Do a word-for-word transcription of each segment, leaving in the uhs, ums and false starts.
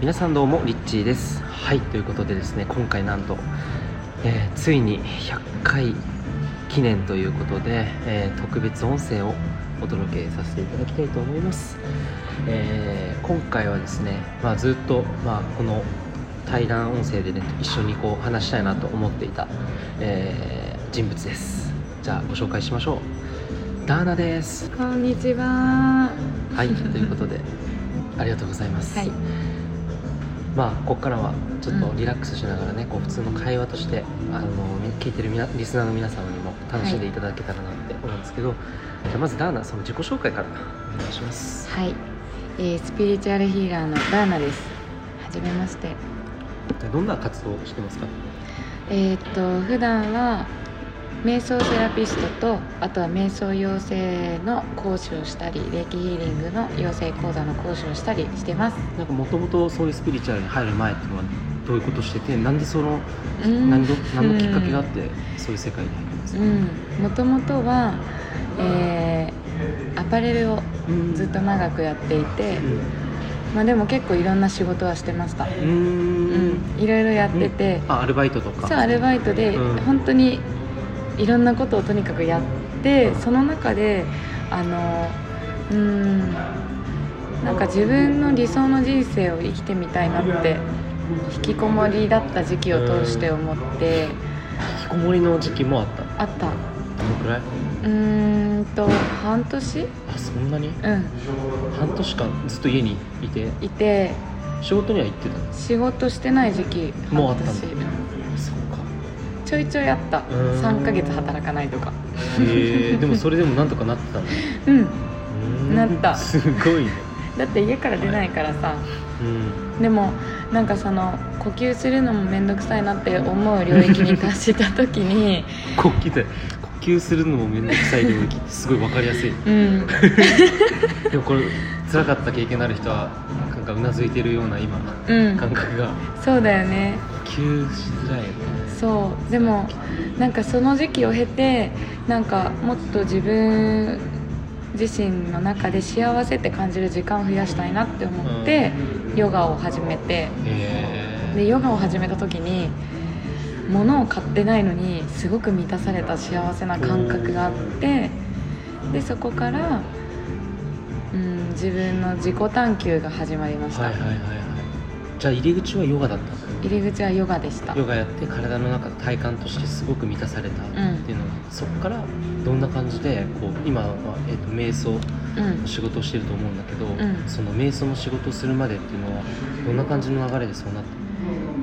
皆さんどうもリッチーです。はい、ということでですね、今回なんと、えー、ついにひゃっかい記念ということで、えー、特別音声をお届けさせていただきたいと思います。えー、今回はですね、まあ、ずっと、まあ、この対談音声でね一緒にこう話したいなと思っていた、えー、人物です。じゃあご紹介しましょう。ダーナです。 こんにちは。 はい、ということでありがとうございます。 はい、 まあここからはちょっとリラックスしながらね、うん、こう普通の会話としてあの聞いてるみなリスナーの皆様にも楽しんでいただけたらなって思うんですけど、はい、じゃあまずダーナ、その自己紹介からお願いします。 はい、えー、スピリチュアルヒーラーのダーナです。はじめまして。 どんな活動をしてますか？ えー、っと普段は瞑想セラピストと、あとは瞑想養成の講師をしたり、霊気ヒーリングの養成講座の講師をしたりしてます。 なんかもともとそういうスピリチュアルに入る前っていうのはどういうことしてて、なんでその何の何のきっかけがあってそういう世界に入ったんですか？ もともとは、えー、アパレルをずっと長くやっていて、うんまあ、でも結構いろんな仕事はしてました。うーん、うん、いろいろやってて、 うん、あアルバイトとか。 そうアルバイトで、うん、本当にいろんなことをとにかくやって、その中であのうーんなんか自分の理想の人生を生きてみたいなって引きこもりだった時期を通して思って。 引きこもりの時期もあった？ あった。 どのくらい？ うーんと半年。 あ、そんなに？ うん、 半年間ずっと家にいていて仕事には行ってた？ 仕事してない時期もうあったんだ。 そうか、ちょいちょいあった。さんかげつ働かないとか。 へえでもそれでもなんとかなってたの？ うんなった。 すごいね。 だって家から出ないからさ、はいうん、でもなんかその呼吸するのもめんどくさいなって思う領域に達した時に呼吸で呼吸するのもめんどくさい領域ってすごい分かりやすい、うん、でもこれ辛かった経験のある人はなんかうなずいてるような今、うん、感覚が。 そうだよね。 呼吸しづらいよね。 そうでもなんかその時期を経て、なんかもっと自分自身の中で幸せって感じる時間を増やしたいなって思って、うん、ヨガを始めて、でヨガを始めた時に物を買ってないのにすごく満たされた幸せな感覚があって、でそこから、うん、自分の自己探求が始まりました。はいはいはいはい。 じゃあ入り口はヨガだった？ 入り口はヨガでした。 ヨガやって体の中体感としてすごく満たされたっていうのが、うん、そこからどんな感じでこう今は、えーと、瞑想の仕事をしてると思うんだけど、うん、その瞑想の仕事をするまでっていうのはどんな感じの流れでそうなった？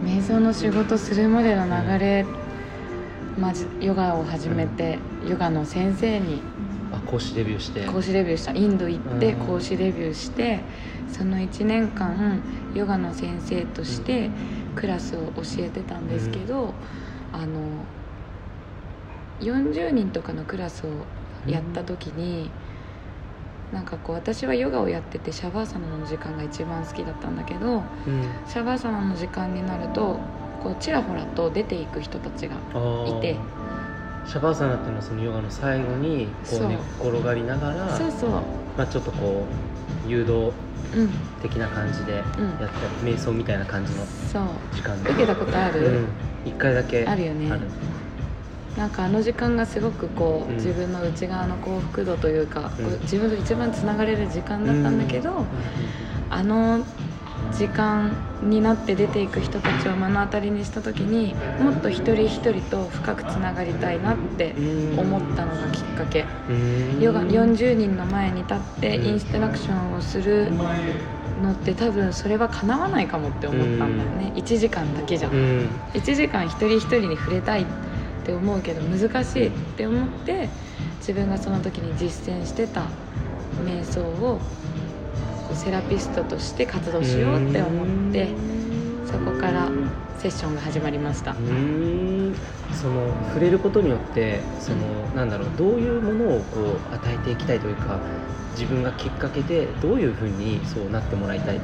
瞑想の仕事するまでの流れ、うん、まずヨガを始めて、うん、ヨガの先生にあ講師デビューして講師デビューしたインド行って講師デビューして、うん、そのいちねんかんヨガの先生としてクラスを教えてたんですけど、うん、あのよんじゅうにんとかのクラスをやった時に、うん、なんかこう私はヨガをやっててシャバーサナの時間が一番好きだったんだけど、うん、シャバーサナの時間になるとこうちらほらと出ていく人たちがいて、 シャバーサナっていうのはそのヨガの最後にこう寝転がりながら、 そうそう、 まあ、ちょっとこう誘導的な感じでやったり、うん、瞑想みたいな感じの時間で受けたことある？うん、 いっかいだけあるよね。なんかあの時間がすごくこう、うん、自分の内側の幸福度というか、うん、自分と一番つながれる時間だったんだけど、うん、あの時間になって出ていく人たちを目の当たりにした時にもっと一人一人と深くつながりたいなって思ったのがきっかけ。ヨガよんじゅうにんの前に立ってインストラクションをするのって多分それは叶わないかもって思ったんだよね。いちじかんだけじゃん。いちじかん一人一人に触れたいって思うけど難しいって思って、自分がその時に実践してた瞑想をセラピストとして活動しようって思って、そこからセッションが始まりました。うーんその触れることによってその、うん、なんだろうどういうものをこう与えていきたいというか、自分がきっかけでどういうふうにそうなってもらいたい、うん、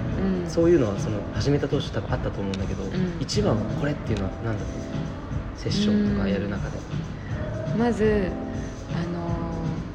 そういうのはその始めた当初多分あったと思うんだけど、うん、一番これっていうのは何だろう、セッションとかやる中で。 まずあの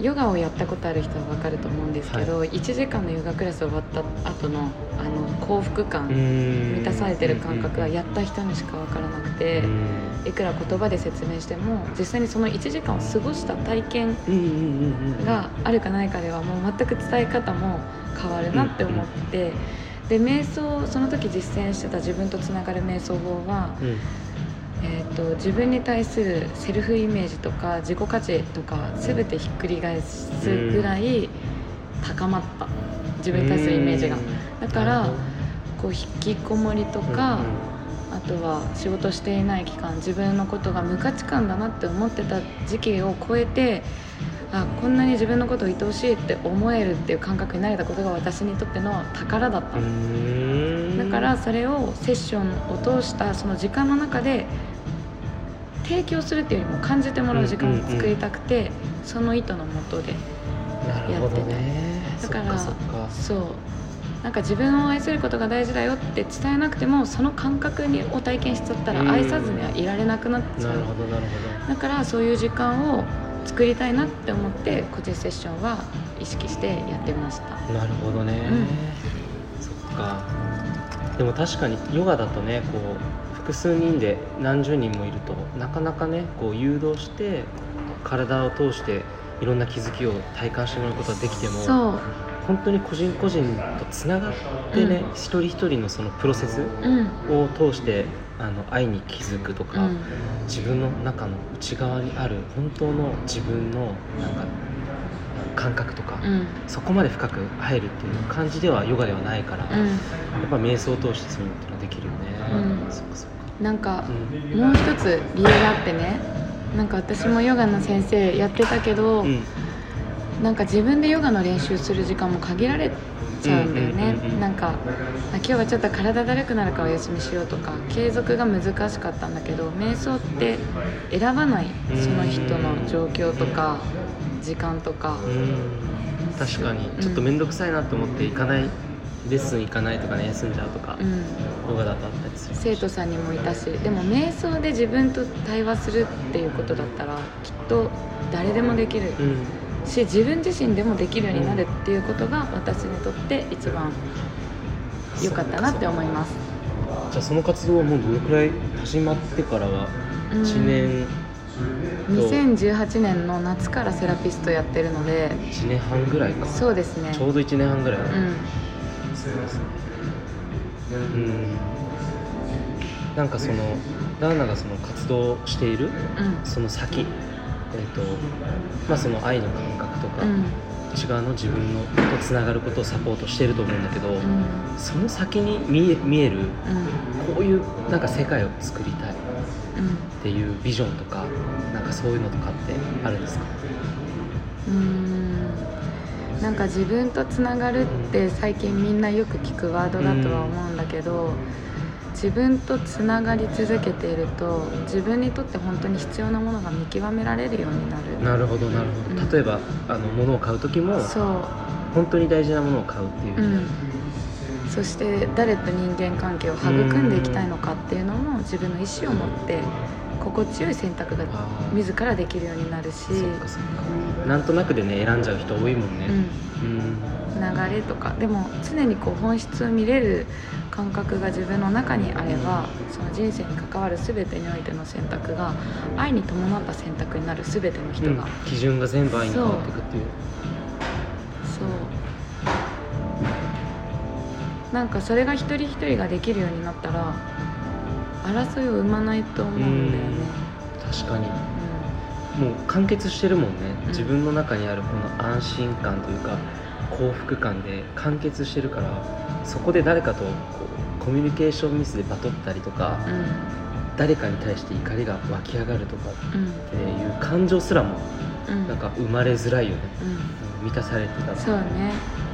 ヨガをやったことある人は分かると思うんですけど、はい、いちじかんのヨガクラス終わった後のあの幸福感、満たされてる感覚はやった人にしか分からなくて、いくら言葉で説明しても実際にそのいちじかんを過ごした体験があるかないかではもう全く伝え方も変わるなって思って、で瞑想、その時実践してた自分とつながる瞑想法は、うんえー、と自分に対するセルフイメージとか自己価値とか全てひっくり返すぐらい高まった、自分に対するイメージが。だからこう引きこもりとか、あとは仕事していない期間、自分のことが無価値観だなって思ってた時期を超えて、あ、こんなに自分のことを愛おしいって思えるっていう感覚になれたことが私にとっての宝だったの。だからそれをセッションを通したその時間の中で提供するっていうよりも感じてもらう時間を作りたくて、うんうんうん、その意図のもとでやってた、ね、だからそっかそっか、そうなんか自分を愛することが大事だよって伝えなくてもその感覚にを体験しちゃったら愛さずにはいられなくなっちゃう。なるほどなるほど。だからそういう時間を作りたいなって思って個人セッションは意識してやってました。 なるほどね、うん、そっか。でも確かにヨガだとね、こう複数人で何十人もいるとなかなかね、こう誘導して体を通していろんな気づきを体感してもらうことができても、そう本当に個人個人とつながってね、うん、一人一人のそのプロセスを通して、うん、あの愛に気づくとか、うん、自分の中の内側にある本当の自分のなんか感覚とか、うん、そこまで深く入るっていう感じではヨガではないから、うん、やっぱ瞑想を通してそういうのってのはできるよね、うん、そっかそっか。 なんか、うん、もう一つ理由があってね、なんか私もヨガの先生やってたけど、うん、なんか自分でヨガの練習する時間も限られちゃうんだよね、うんうんうんうん、なんか今日はちょっと体だるくなるからお休みしようとか継続が難しかったんだけど、瞑想って選ばない、その人の状況とか時間とか、うん、 確かにちょっと面倒くさいなと思って行かない、うん、レッスン行かないとかね、休んじゃうとか、うん、ヨガだとあったりする。 生徒さんにもいたし、でも瞑想で自分と対話するっていうことだったらきっと誰でもできる、うん、し自分自身でもできるようになるっていうことが私にとって一番良かったなって思います。 じゃあその活動はもうどれくらい始まってからはいちねん、 にせんじゅうはちねんの夏からセラピストやってるのでいちねんはんぐらいか。 そうですね、 ちょうどいちねんはんぐらい、うん、そうですね、うん、なんかそのダーナがその活動している、うん、その先、えーとまあ、その愛の感覚とか、うん、内側の自分のとつながることをサポートしていると思うんだけど、うん、その先に見え、見える、うん、こういうなんか世界を作りたいっていうビジョンとか、なんかそういうのとかってあるんですか？ うーん、なんか自分とつながるって最近みんなよく聞くワードだとは思うんだけど、自分とつながり続けていると自分にとって本当に必要なものが見極められるようになる。 なるほどなるほど、うん、例えばあの物を買う時もそう本当に大事なものを買うっていう、うん、 そして誰と人間関係を育んでいきたいのかっていうのも自分の意思を持って心地よい選択が自らできるようになるし、そうかそうか、なんとなくでね選んじゃう人多いもんね、うんうん、流れとかでも常にこう本質を見れる感覚が自分の中にあれば、その人生に関わる全てにおいての選択が愛に伴った選択になる全ての人が、うん、 基準が全部愛に変わっていくっていう。 そうなんかそれが一人一人ができるようになったら争いを生まないと思うんだよね。 確かに、うん、もう完結してるもんね、うん、自分の中にあるこの安心感というか幸福感で完結してるから、そこで誰かとこうコミュニケーションミスでバトったりとか、うん、誰かに対して怒りが湧き上がるとかっていう感情すらもなんか生まれづらいよね、うん、満たされてたら。 そうね、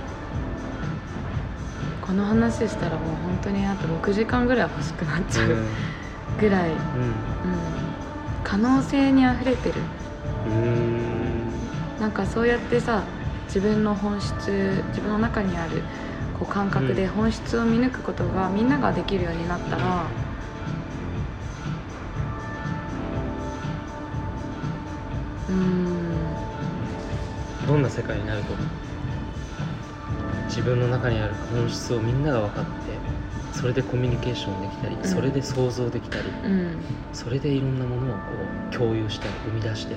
この話したらもう本当にあとろくじかんぐらい欲しくなっちゃうぐらい、うんうん、可能性にあふれてる。うーん、なんかそうやってさ、自分の本質、自分の中にあるこう感覚で本質を見抜くことがみんなができるようになったら、うーん、 どんな世界になると思う？自分の中にある本質をみんなが分かって、それでコミュニケーションできたり、 うん、 それで想像できたり、 うん、 それでいろんなものをこう共有したり生み出して、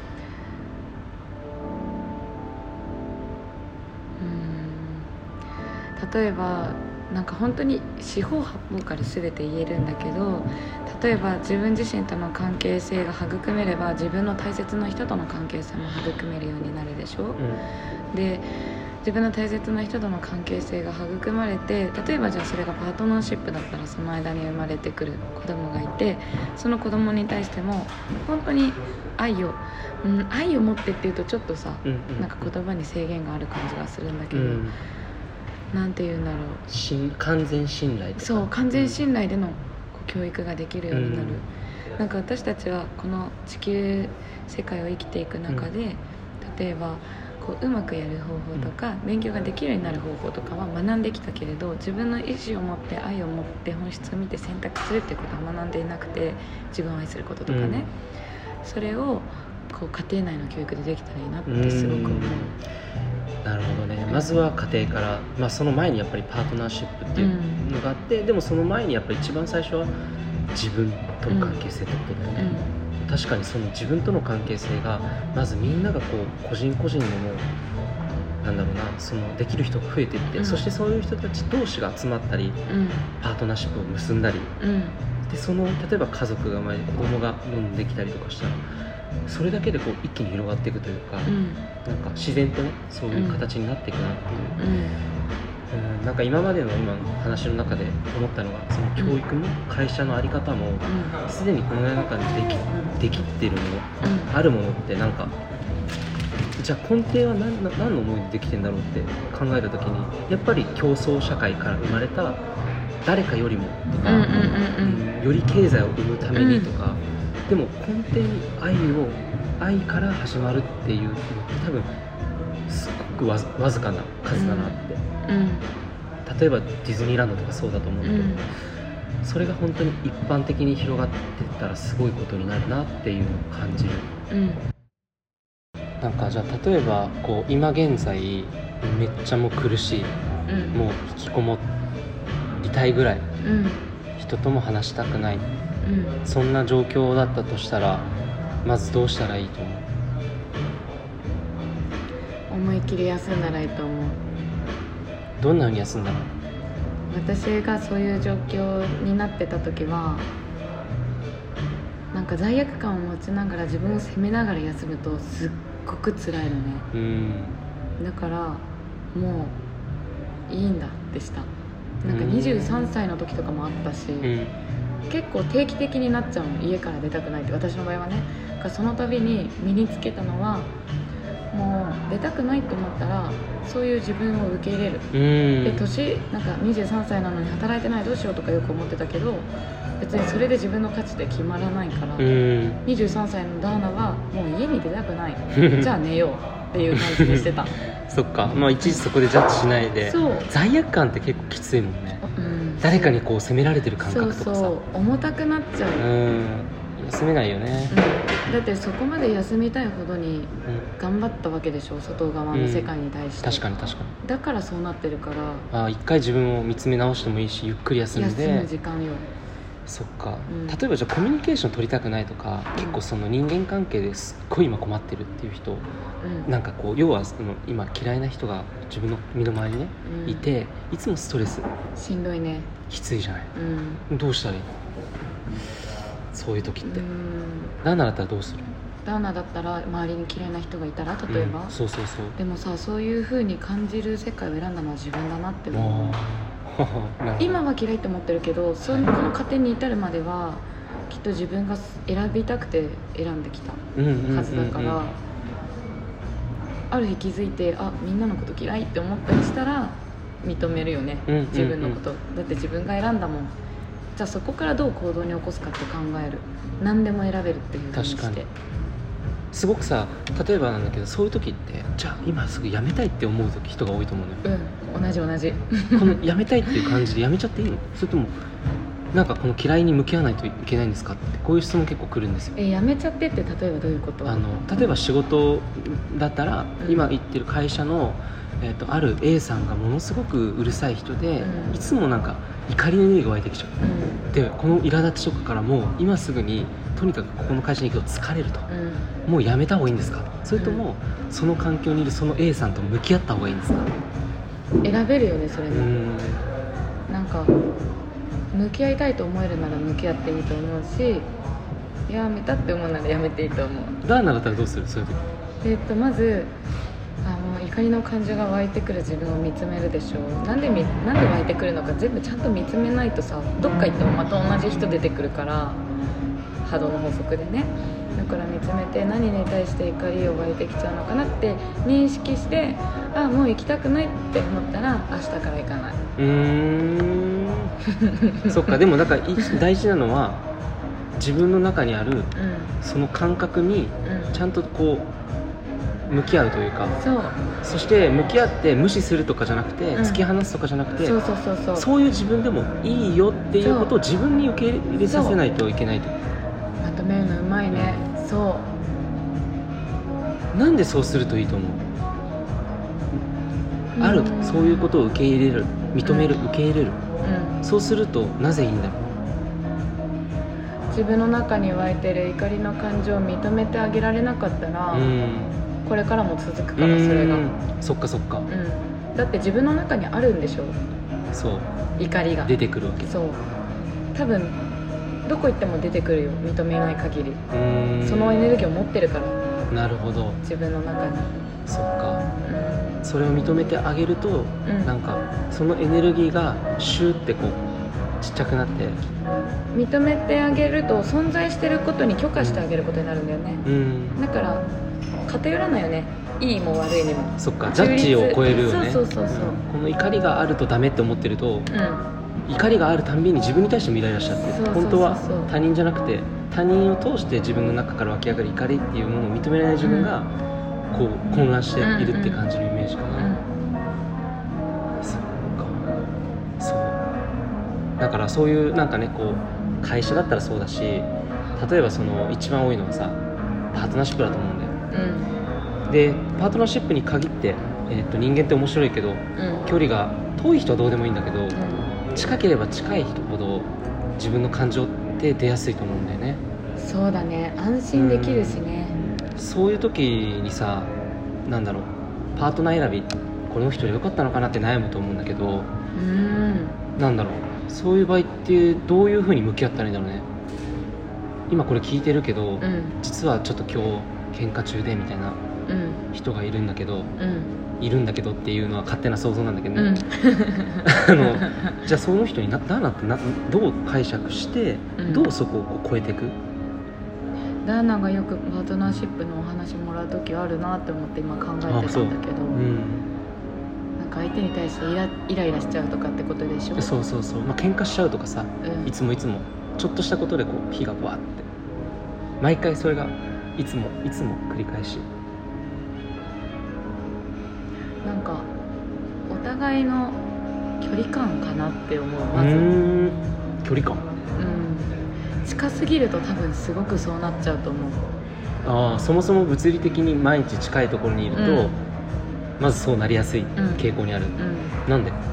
うん、例えばなんか本当に四方八方から全て言えるんだけど、例えば自分自身との関係性が育めれば自分の大切な人との関係性も育めるようになるでしょ、うん、で自分の大切な人との関係性が育まれて、例えばじゃあそれがパートナーシップだったらその間に生まれてくる子供がいて、その子供に対しても本当に愛を、うん、愛を持ってっていうとちょっとさ、うんうん、なんか言葉に制限がある感じがするんだけど、うん、なんて言うんだろう、 完全信頼とか、 そう完全信頼での教育ができるようになる、うん、なんか私たちはこの地球世界を生きていく中で、うん、例えばこううまくやる方法とか、うん、勉強ができるようになる方法とかは学んできたけれど、自分の意思を持って愛を持って本質を見て選択するっていうことは学んでいなくて、自分を愛することとかね、うん、それをこう家庭内の教育でできたらいいなってすごく思う。 なるほどね。まずは家庭から、まあ、その前にやっぱりパートナーシップっていうのがあって、うん、でもその前にやっぱり一番最初は自分との関係性ってことだよね、うんうん、確かにその自分との関係性がまずみんながこう個人個人でもなんだろうな、そのできる人が増えていって、うん、そしてそういう人たち同士が集まったり、うん、パートナーシップを結んだり、うん、でその例えば家族が生まれて子供が産んできたりとかしたら、それだけでこう一気に広がっていくというか、うん、なんか自然とねそういう形になっていくなっていう、うんうん、なんか今までの今の話の中で思ったのが、その教育も会社の在り方もすでにこの世の中にでき、できっているもの、うん、あるものってなんか、じゃあ根底は 何, 何の思いでできてんだろうって考えた時に、やっぱり競争社会から生まれた誰かよりもとか、うんうんうんうん、より経済を生むためにとか、うん、でも根底に愛を愛から始まるっていうのって多分すごくわ ず, わずかな数だなって、うんうん、例えばディズニーランドとかそうだと思うけど、うん、それが本当に一般的に広がっていったらすごいことになるなっていうのを感じる、うん、なんかじゃあ例えばこう今現在めっちゃもう苦しい、うん、もう引きこもりたいぐらい、うん、人とも話したくない、うん、そんな状況だったとしたらまずどうしたらいいと思う？ 思い切り休んだらいいと思う。 どんな風に休んだの？ 私がそういう状況になってた時はなんか罪悪感を持ちながら自分を責めながら休むとすっごく辛いのね、うん、だからもういいんだってした。なんかにじゅうさんさいの時とかもあったし、うん、結構定期的になっちゃうの、家から出たくないって。私の場合はね、だからその度に身につけたのは、もう出たくないと思ったらそういう自分を受け入れる、うん、で年なんかにじゅうさんさいなのに働いてない、どうしようとかよく思ってたけど、別にそれで自分の価値って決まらないから、うん、にじゅうさんさいのダーナはもう家に出たくないじゃあ寝ようっていう感じにしてたそっか、まあいちいちそこでジャッジしないで。そう罪悪感って結構きついもんね、うん、誰かにこう責められてる感覚とかさ、 そうそう重たくなっちゃう、うん休めないよね、 うん、だってそこまで休みたいほどに頑張ったわけでしょ、外側の世界に対して、うん、 確かに確かに。 だからそうなってるから、 あ一回自分を見つめ直してもいいし、ゆっくり休んで休む時間よ。 そっか、うん、例えばじゃあコミュニケーション取りたくないとか、うん、結構その人間関係ですっごい今困ってるっていう人、うん、なんかこう要はその今嫌いな人が自分の身の回りにね、うん、いて、いつもストレスしんどいね、 きついじゃない、うん、どうしたらいいの？そういう時って。うんダーナだったらどうする？ ダーナだったら周りに嫌いな人がいたら、例えば、 うん、そうそうそう。 でもさ、そういう風に感じる世界を選んだのは自分だなって思う今は嫌いって思ってるけど、そのこの過程に至るまではきっと自分が選びたくて選んできたはずだから、ある日気づいて、あみんなのこと嫌いって思ったりしたら認めるよね、うんうんうん、自分のこと。だって自分が選んだもん。じゃあそこからどう行動に起こすかって考える。何でも選べるっていう風にして。確かにすごくさ、例えばなんだけど、そういう時ってじゃあ今すぐ辞めたいって思う時人が多いと思うのよ。 うん同じ同じこの辞めたいっていう感じで辞めちゃっていいの？それともなんかこの嫌いに向き合わないといけないんですかって、こういう質問結構来るんですよ。 えやめちゃってって例えばどういうこと？ あの例えば仕事だったら、 うん、 今行ってる会社の、えー、とある A さんがものすごくうるさい人で、 うん、 いつもなんか怒りの匂いが湧いてきちゃう、 うん、 でこの苛立ちとかからもう今すぐにとにかくここの会社に行くと疲れると、 うん、 もうやめた方がいいんですか、それとも、うん、その環境にいるその A さんと向き合った方がいいんですか？ 選べるよねそれも。 うん、 なんか向き合いたいと思えるなら向き合っていいと思うし、やめたって思うならやめていいと思う。 ダーナだったらどうする？そういう時。 えっとまずあの怒りの感情が湧いてくる自分を見つめるでしょう。なんでみなんで湧いてくるのか全部ちゃんと見つめないとさ、どっか行ってもまた同じ人出てくるから、波動の法則でね。だから見つめて何に対して怒りを湧いてきちゃうのかなって認識して、あもう行きたくないって思ったら明日から行かない。 うーんそっか。でもだから大事なのは自分の中にある、うん、その感覚にちゃんとこう向き合うというか、 そう、 そして向き合って無視するとかじゃなくて、うん、突き放すとかじゃなくて、 そうそうそうそう、 そういう自分でもいいよっていうことを自分に受け入れさせないといけないと。 まとめるのうまいね。そう、 なんでそうするといいと思う？ある、そういうことを受け入れる、認める、うん、受け入れる、うん、そうするとなぜいいんだろう？ 自分の中に湧いてる怒りの感情を認めてあげられなかったら、うん、これからも続くから、それが、 そっかそっか、うん、 だって自分の中にあるんでしょ。そう、怒りが出てくるわけ。 そう、多分どこ行っても出てくるよ、認めない限り。そのエネルギーを持ってるから。 なるほど、自分の中に。 そっか、うん、それを認めてあげると、うん、なんかそのエネルギーがシューってこうちっちゃくなって、 認めてあげると存在してることに許可してあげることになるんだよね、うん、だから偏らないよね、いいも悪いにも。 そっか、ジャッジを超えるよね。 そうそうそうそう、うん、 この怒りがあるとダメって思ってると、うん、怒りがあるたんびに自分に対してもイライラしちゃって、そうそうそうそう、本当は他人じゃなくて他人を通して自分の中から湧き上がる怒りっていうものを認められない自分が、うん、こう混乱しているって感じるイメージかな、うんうん、そっか、そうだからそういうなんかね、こう会社だったらそうだし、例えばその一番多いのはさ、パートナーシップだと思うんだよ、うん、でパートナーシップに限って、えー、と人間って面白いけど、うん、距離が遠い人はどうでもいいんだけど、うん、近ければ近い人ほど自分の感情って出やすいと思うんだよね。 そうだね、安心できるしね、 うん、そういう時にさ、なんだろう、パートナー選び、この人で良かったのかなって悩むと思うんだけど、うん、なんだろう、そういう場合ってどういう風に向き合ったらいいんだろうね。今これ聞いてるけど、うん、実はちょっと今日喧嘩中でみたいな人がいるんだけど、うん、いるんだけどっていうのは勝手な想像なんだけどね、うん、あのじゃあその人になダーナってなどう解釈して、うん、どうそこをこう超えていく？ ダーナがよくパートナーシップのお話もらう時あるなって思って今考えてたんだけど、うん、なんか相手に対してイライライラしちゃうとかってことでしょ。 そうそうそう、まあ、喧嘩しちゃうとかさ、うん、いつもいつもちょっとしたことでこう火がバーって毎回それがいつもいつも繰り返し、 なんかお互いの距離感かなって思う。まずうーん、距離感、 うん、近すぎると多分すごくそうなっちゃうと思う。 ああ、そもそも物理的に毎日近いところにいると、うん、まずそうなりやすい傾向にある、うんうん、なんで？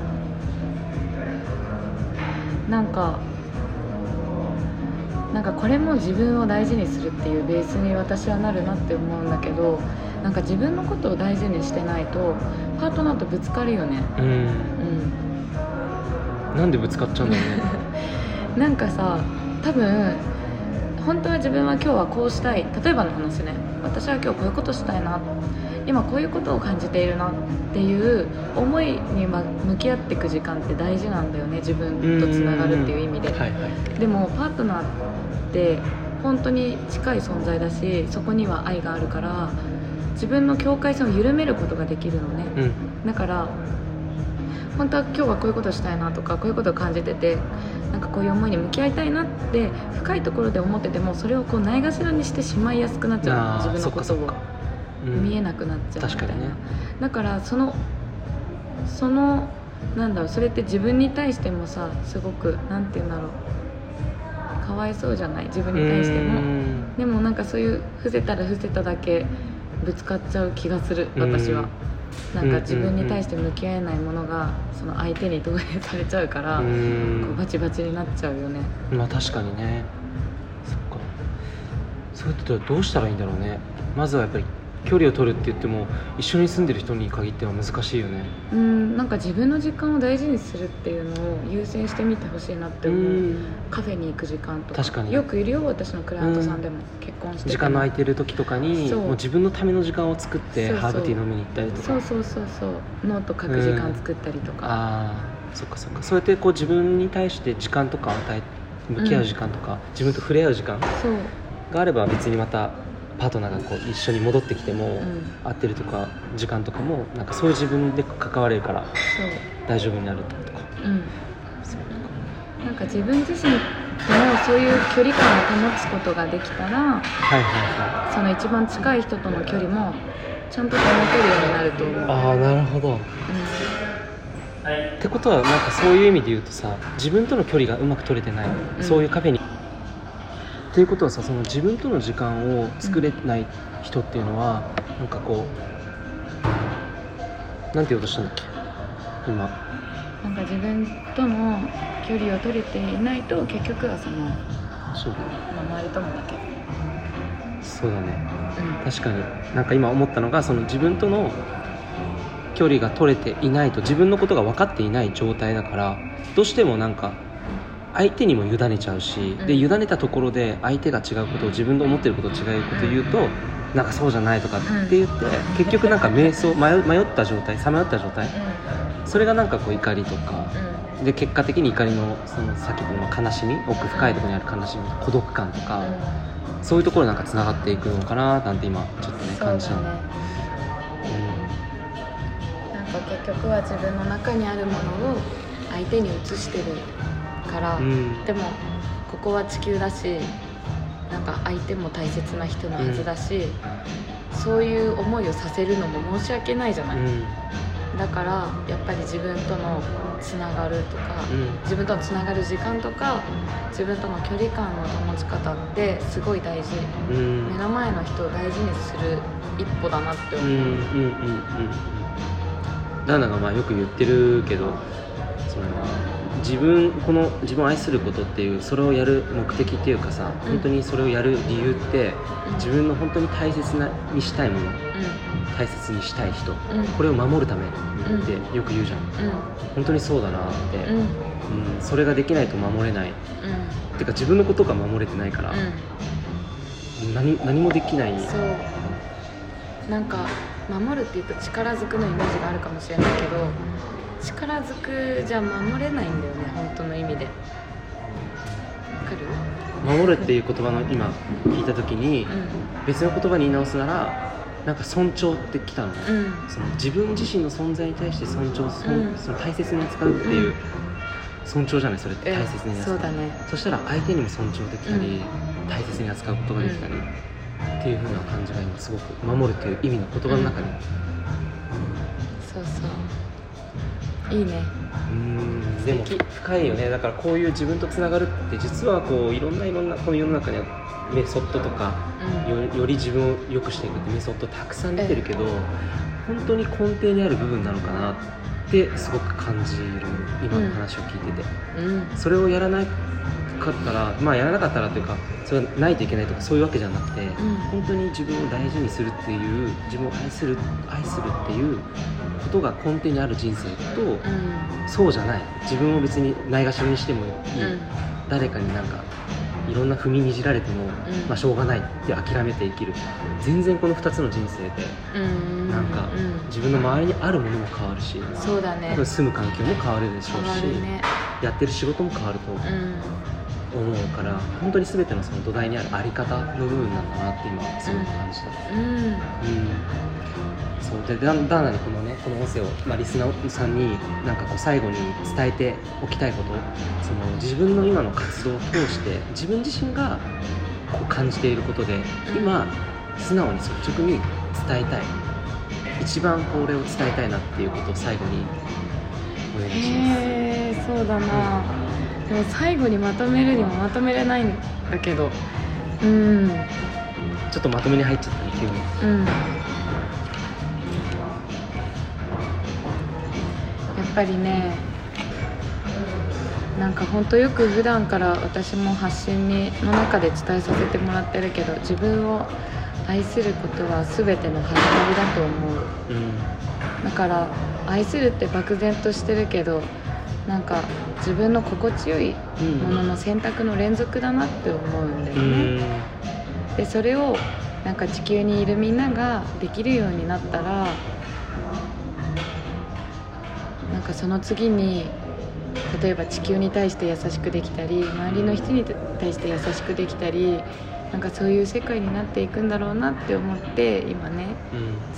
なんかなんかこれも自分を大事にするっていうベースに私はなるなって思うんだけど、なんか自分のことを大事にしてないとパートナーとぶつかるよね。うん、うん、 なんでぶつかっちゃうんだろうねなんかさ、多分本当は自分は今日はこうしたい、例えばの話ね、私は今日こういうことしたいな、今こういうことを感じているなっていう思いに向き合っていく時間って大事なんだよね、自分とつながるっていう意味で、はいはい、でもパートナーって本当に近い存在だし、そこには愛があるから自分の境界線を緩めることができるのね、うん、だから本当は今日はこういうことしたいなとか、こういうことを感じてて、なんかこういう思いに向き合いたいなって深いところで思ってても、それをこうないがしろにしてしまいやすくなっちゃう、自分のことを見えなくなっちゃうみたいな、うん、ね、だからそのそのなんだろう、それって自分に対してもさ、すごくなんて言うんだろう、 かわいそうじゃない、自分に対しても。でもなんかそういう伏せたら伏せただけぶつかっちゃう気がする、私は。なんか自分に対して向き合えないものがその相手に投影されちゃうから、こうバチバチになっちゃうよね。 まあ確かにね。そっか、そういうことはどうしたらいいんだろうね。まずはやっぱり距離を取るって言っても一緒に住んでる人に限っては難しいよね。 うん、なんか自分の時間を大事にするっていうのを優先してみてほしいなって思う。うカフェに行く時間とか。確かによくいるよ、私のクライアントさんでも。結婚してて時間の空いてる時とかにもう自分のための時間を作ってハーブティー飲みに行ったりとか。 そうそうそうそう、ノート書く時間作ったりとか。 ああ、そっかそっか。そうやってこう自分に対して時間とか与え向き合う時間とか、うん、自分と触れ合う時間があれば別にまたパートナーがこう一緒に戻ってきても、うん、会ってるとか時間とかもなんかそういう自分で関われるから大丈夫になるとか、うん、 そうなんか自分自身でもそういう距離感を保つことができたら、はいはいはい、その一番近い人との距離もちゃんと保てるようになると思う。 ああ、なるほど、うん、ってことはなんかそういう意味で言うとさ、自分との距離がうまく取れてない、うん、そういうカフェにっていうことはさ、その自分との時間を作れない人っていうのは、うん、なんかこうなんて言おうとしたんだっけ今。 なんか自分との距離を取れていないと結局はそのそう周りともだけ。 そうだね、うん、確かになんか今思ったのが、その自分との距離が取れていないと自分のことが分かっていない状態だから、どうしてもなんか相手にも委ねちゃうし、うん、で委ねたところで相手が違うことを自分の思ってることと違うことを言うと、うん、なんかそうじゃないとかって言って、うん、結局なんか迷走迷迷った状態さまよった状態、うん、それがなんかこう怒りとか、うん、で結果的に怒りのその先の悲しみ、奥深いところにある悲しみ、孤独感とか、うん、そういうところなんかつながっていくのかななんて今ちょっとね感じた。 なんか結局は自分の中にあるものを相手に移してるから、うん、でもここは地球だし、なんか相手も大切な人のはずだし、うん、そういう思いをさせるのも申し訳ないじゃない、うん、だからやっぱり自分とのつながるとか、うん、自分とのつながる時間とか自分との距離感の保ち方ってすごい大事、うん、目の前の人を大事にする一歩だなって思う。うんうんうんうん。 ナナがまあよく言ってるけど、その自分この自分を愛することっていうそれをやる目的っていうかさ、うん、本当にそれをやる理由って、うん、自分の本当に大切なにしたいもの、うん、大切にしたい人、うん、これを守るためってよく言うじゃん、うん、本当にそうだなって、うんうん、それができないと守れない、うん、てか自分のことが守れてないから、うん、何, 何もできない。 そうなんか守るっていうと力ずくのイメージがあるかもしれないけど、力ずくじゃ守れないんだよね、本当の意味で。わかる？ 守るっていう言葉の今聞いた時に、うん、別の言葉に言い直すならなんか尊重ってきたの、うん、その自分自身の存在に対して尊重、うん、その大切に扱うっていう、うん、尊重じゃない、それって大切に扱う、 そうだね。 そしたら相手にも尊重できたり、うん、大切に扱うことができたり、うん、っていう風な感じが今すごく守るという意味の言葉の中に、うん、 そうそういいね。 うーん、でも深いよね。だからこういう自分とつながるって実はこういろんないろんなこの世の中にはメソッドとか、うん、よ, より自分を良くしていくってメソッドたくさん出てるけど、本当に根底にある部分なのかなってすごく感じる今の話を聞いてて、うん、それをやらなかったらまあやらなかったらというかそれはないといけないとかそういうわけじゃなくて、うん、本当に自分を大事にするっていう自分を愛する愛するっていうことが根底にある人生と、うん、そうじゃない自分を別にないがしろにしてもいい、うん、誰かになんかいろんな踏みにじられても、うんまあ、しょうがないって諦めて生きる、全然このふたつの人生で、うん、なんか、うん、自分の周りにあるものも変わるし、 そうだね、 住む環境も変わるでしょうし、 ね、 やってる仕事も変わると思うから、本当に全てのその土台にあるあり方の部分なんだなって今すごく感じた。うんうんうんそうでダーナにこのねこの音声を、まあ、リスナーさんになんかこう最後に伝えておきたいこと、その自分の今の活動を通して自分自身がこう感じていることで今素直に率直に伝えたい、一番これを伝えたいなっていうことを最後にお願いします。 へー、そうだな、うん、でもう最後にまとめるにもまとめれないんだけど、うんちょっとまとめに入っちゃったね急に。 うんやっぱりね、なんか本当よく普段から私も発信にの中で伝えさせてもらってるけど、自分を愛することは全ての始まりだと思う。 うんだから愛するって漠然としてるけど、なんか自分の心地よいものの選択の連続だなって思うんだよね。でそれをなんか地球にいるみんなができるようになったら、なんかその次に例えば地球に対して優しくできたり、周りの人に対して優しくできたり、なんかそういう世界になっていくんだろうなって思って今ね、 うん、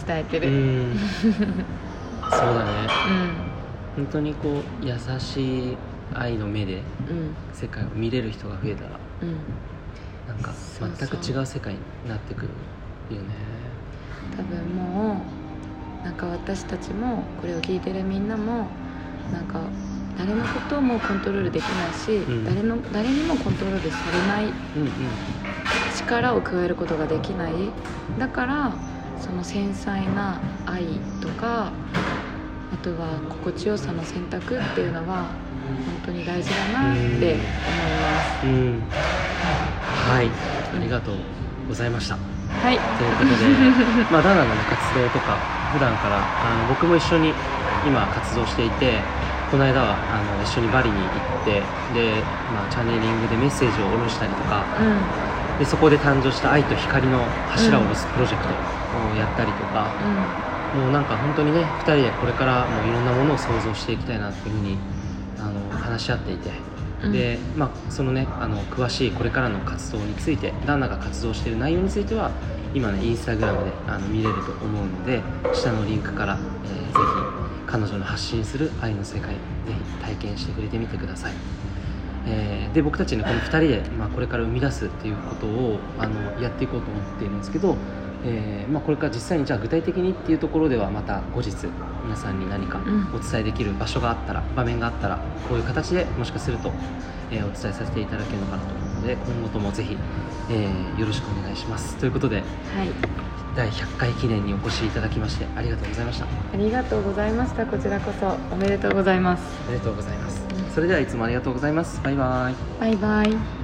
伝えてる。 うんそうだね、 うん本当にこう優しい愛の目でうん世界を見れる人が増えたら、 うんなんかそう全くそう違う世界になってくるよね。 多分もうなんか私たちもこれを聞いてるみんなもなんか誰のこともコントロールできないし、 うん、 誰の誰にもコントロールされないうんうん力を加えることができない。だからその繊細な愛とか、あとは心地よさの選択っていうのは本当に大事だなって思います。 うん、うん、はい、ありがとうございました。 はいということで、まあ、ダナの活動とか普段からあの僕も一緒に今活動していて、この間はあの一緒にバリに行ってで、まあ、チャネリングでメッセージを下ろしたりとか、 うんでそこで誕生した愛と光の柱を下ろすプロジェクトをやったりとか、もうなんか本当にねふたりでこれからもういろんなものを想像していきたいなっていうふうにあの話し合っていて、で、まあ、そのねあの詳しいこれからの活動について、ダンナが活動している内容については今ねインスタグラムであの見れると思うので、下のリンクから、えー、ぜひ彼女の発信する愛の世界ぜひ体験してくれてみてください。えー、で僕たちねこのふたりで、まあ、これから生み出すっていうことをあのやっていこうと思っているんですけど、えーまあ、これから実際にじゃあ具体的にっていうところではまた後日皆さんに何かお伝えできる場所があったら、場面があったらこういう形でもしかすると、えー、お伝えさせていただけるのかなと思うので、今後ともぜひ、えー、よろしくお願いしますということで、 はい、 だいひゃっかい記念にお越しいただきましてありがとうございました。 ありがとうございました。こちらこそおめでとうございます。 ありがとうございます。それではいつもありがとうございます。バイバイ。 バイバイ。